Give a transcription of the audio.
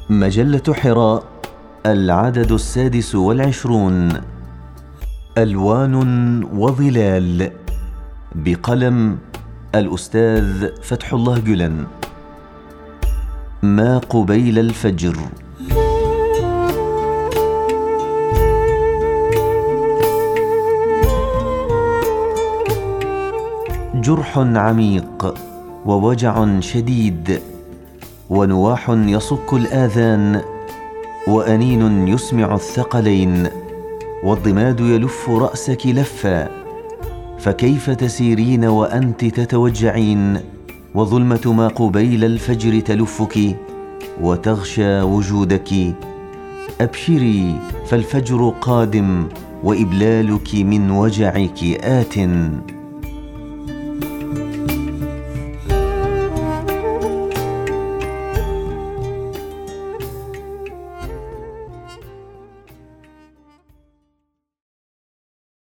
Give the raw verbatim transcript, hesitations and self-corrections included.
مجلة حراء، العدد السادس والعشرون. ألوان وظلال، بقلم الأستاذ فتح الله جلن. ما قبيل الفجر. جرح عميق ووجع شديد، ونواح يصك الآذان، وأنين يسمع الثقلين، والضماد يلف رأسك لفا، فكيف تسيرين وأنت تتوجعين، وظلمة ما قبيل الفجر تلفك وتغشى وجودك. أبشري فالفجر قادم، وإبلالك من وجعك آت.